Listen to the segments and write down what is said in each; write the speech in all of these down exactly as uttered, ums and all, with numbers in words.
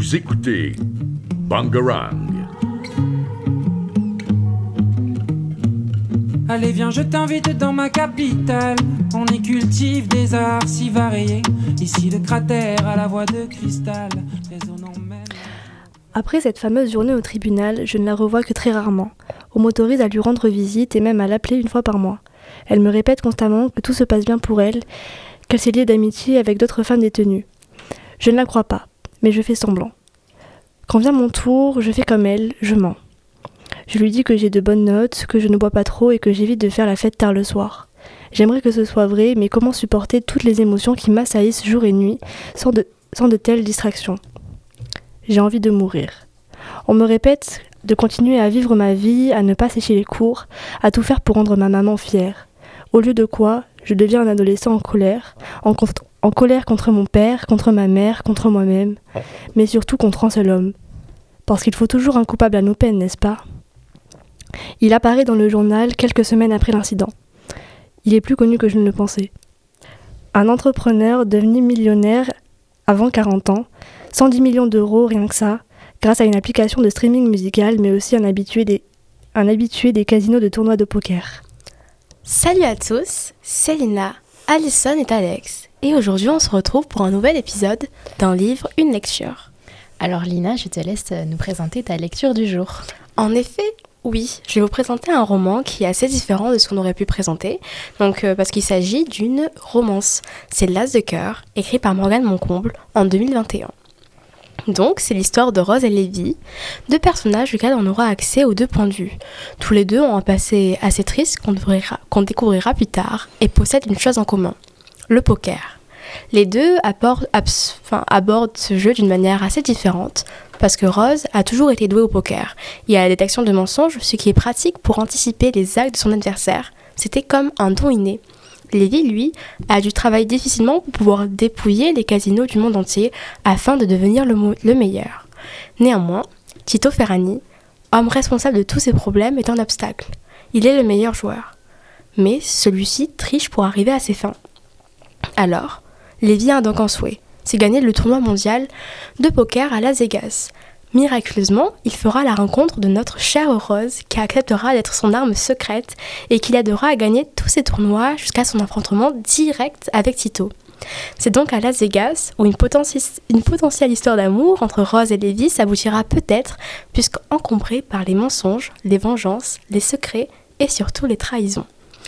Vous écoutez Bangarang. Allez viens, je t'invite dans ma capitale. On y cultive des arts si variés. Ici le cratère à la voix de cristal résonnant même. Après cette fameuse journée au tribunal, je ne la revois que très rarement. On m'autorise à lui rendre visite et même à l'appeler une fois par mois. Elle me répète constamment que tout se passe bien pour elle, qu'elle s'est liée d'amitié avec d'autres femmes détenues. Je ne la crois pas, mais je fais semblant. Quand vient mon tour, je fais comme elle, je mens. Je lui dis que j'ai de bonnes notes, que je ne bois pas trop et que j'évite de faire la fête tard le soir. J'aimerais que ce soit vrai, mais comment supporter toutes les émotions qui m'assaillissent jour et nuit sans de, sans de telles distractions ? J'ai envie de mourir. On me répète de continuer à vivre ma vie, à ne pas sécher les cours, à tout faire pour rendre ma maman fière. Au lieu de quoi, je deviens un adolescent en colère, en, con- en colère contre mon père, contre ma mère, contre moi-même, mais surtout contre un seul homme. Parce qu'il faut toujours un coupable à nos peines, n'est-ce pas ? Il apparaît dans le journal quelques semaines après l'incident. Il est plus connu que je ne le pensais. Un entrepreneur devenu millionnaire avant quarante ans, cent dix millions d'euros rien que ça, grâce à une application de streaming musical, mais aussi un habitué des, un habitué des casinos de tournois de poker. Salut à tous, c'est Lina, Alison et Alex. Et aujourd'hui on se retrouve pour un nouvel épisode d'un livre, une lecture. Alors Lina, je te laisse nous présenter ta lecture du jour. En effet, oui, je vais vous présenter un roman qui est assez différent de ce qu'on aurait pu présenter, donc euh, parce qu'il s'agit d'une romance. C'est L'As de cœur, écrit par Morgane Moncomble en deux mille vingt et un. Donc, c'est l'histoire de Rose et Lévi, deux personnages auxquels on aura accès aux deux points de vue. Tous les deux ont un passé assez triste qu'on, découvrira, qu'on découvrira plus tard et possèdent une chose en commun, le poker. Les deux abordent, abs- enfin, abordent ce jeu d'une manière assez différente, parce que Rose a toujours été douée au poker et à la détection de mensonges, ce qui est pratique pour anticiper les actes de son adversaire. C'était comme un don inné. Lévi, lui, a dû travailler difficilement pour pouvoir dépouiller les casinos du monde entier afin de devenir le, mo- le meilleur. Néanmoins, Tito Ferrani, homme responsable de tous ses problèmes, est un obstacle. Il est le meilleur joueur. Mais celui-ci triche pour arriver à ses fins. Alors, Lévi a donc un souhait, c'est gagner le tournoi mondial de poker à Las Vegas. Miraculeusement, il fera la rencontre de notre chère Rose qui acceptera d'être son arme secrète et qui l'aidera à gagner tous ses tournois jusqu'à son affrontement direct avec Tito. C'est donc à Las Vegas où une, potentie- une potentielle histoire d'amour entre Rose et Lévi s'aboutira peut-être puisqu'encombrée par les mensonges, les vengeances, les secrets et surtout les trahisons.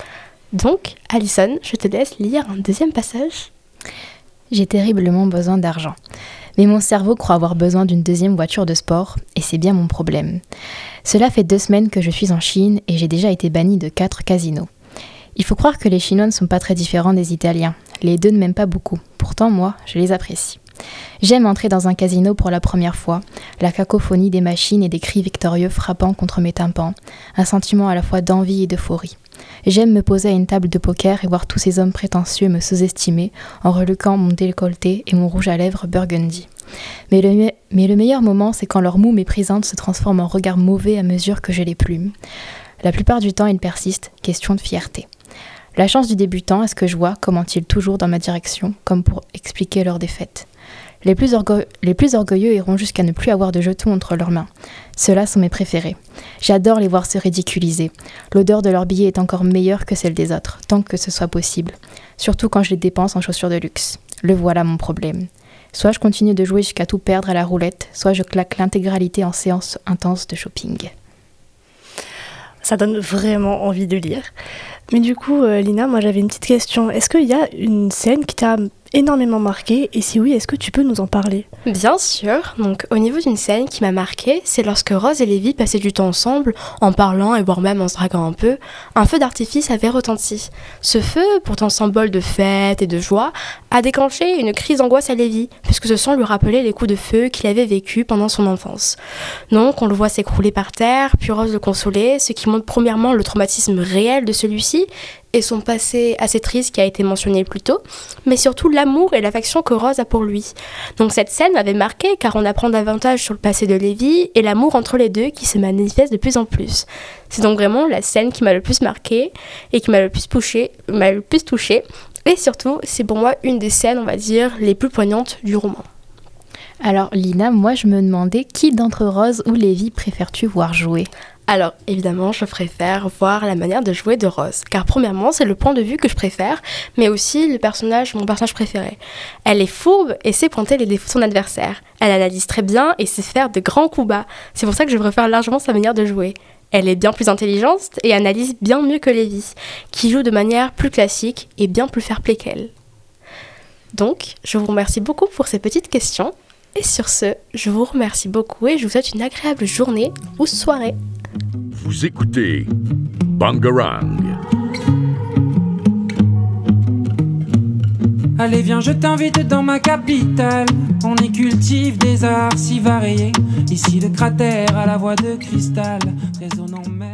Donc, Alison, je te laisse lire un deuxième passage. J'ai terriblement besoin d'argent. Mais mon cerveau croit avoir besoin d'une deuxième voiture de sport, et c'est bien mon problème. Cela fait deux semaines que je suis en Chine et j'ai déjà été bannie de quatre casinos. Il faut croire que les Chinois ne sont pas très différents des Italiens. Les deux ne m'aiment pas beaucoup. Pourtant, moi, je les apprécie. J'aime entrer dans un casino pour la première fois, la cacophonie des machines et des cris victorieux frappant contre mes tympans, un sentiment à la fois d'envie et d'euphorie. J'aime me poser à une table de poker et voir tous ces hommes prétentieux me sous-estimer en reluquant mon décolleté et mon rouge à lèvres burgundy. Mais le, me- mais le meilleur moment, c'est quand leur moue méprisante se transforme en regard mauvais à mesure que je les plume. La plupart du temps, ils persistent, question de fierté. La chance du débutant est ce que je vois commentent-ils toujours dans ma direction, comme pour expliquer leur défaite. Les plus, orgue- les plus orgueilleux iront jusqu'à ne plus avoir de jetons entre leurs mains. Ceux-là sont mes préférés. J'adore les voir se ridiculiser. L'odeur de leurs billets est encore meilleure que celle des autres, tant que ce soit possible. Surtout quand je les dépense en chaussures de luxe. Le voilà mon problème. Soit je continue de jouer jusqu'à tout perdre à la roulette, soit je claque l'intégralité en séance intense de shopping. Ça donne vraiment envie de lire. Mais du coup, euh, Lina, moi j'avais une petite question. Est-ce qu'il y a une scène qui t'a énormément marquée ? Et si oui, est-ce que tu peux nous en parler ? Bien sûr, donc au niveau d'une scène qui m'a marquée, c'est lorsque Rose et Lévi passaient du temps ensemble, en parlant et voire même en se draguant un peu, un feu d'artifice avait retenti. Ce feu, pourtant symbole de fête et de joie, a déclenché une crise d'angoisse à Lévi, puisque ce son lui rappelait les coups de feu qu'il avait vécus pendant son enfance. Donc on le voit s'écrouler par terre, puis Rose le consolait, ce qui montre premièrement le traumatisme réel de celui-ci, et son passé assez triste qui a été mentionné plus tôt, mais surtout l'amour et l'affection que Rose a pour lui. Donc cette scène m'avait marquée car on apprend davantage sur le passé de Lévi et l'amour entre les deux qui se manifeste de plus en plus. C'est donc vraiment la scène qui m'a le plus marquée et qui m'a le plus touchée, m'a le plus touchée, et surtout c'est pour moi une des scènes, on va dire, les plus poignantes du roman. Alors Lina, moi je me demandais qui d'entre Rose ou Lévi préfères-tu voir jouer ? Alors, évidemment, je préfère voir la manière de jouer de Rose. Car premièrement, c'est le point de vue que je préfère, mais aussi le personnage, mon personnage préféré. Elle est fourbe et sait pointer les défauts de son adversaire. Elle analyse très bien et sait faire de grands coups bas. C'est pour ça que je préfère largement sa manière de jouer. Elle est bien plus intelligente et analyse bien mieux que Lévi, qui joue de manière plus classique et bien plus fair-play qu'elle. Donc, je vous remercie beaucoup pour ces petites questions. Et sur ce, je vous remercie beaucoup et je vous souhaite une agréable journée ou soirée. Vous écoutez Bangarang. Allez viens, je t'invite dans ma capitale. On y cultive des arts si variés. Ici le cratère à la voix de cristal résonnant même.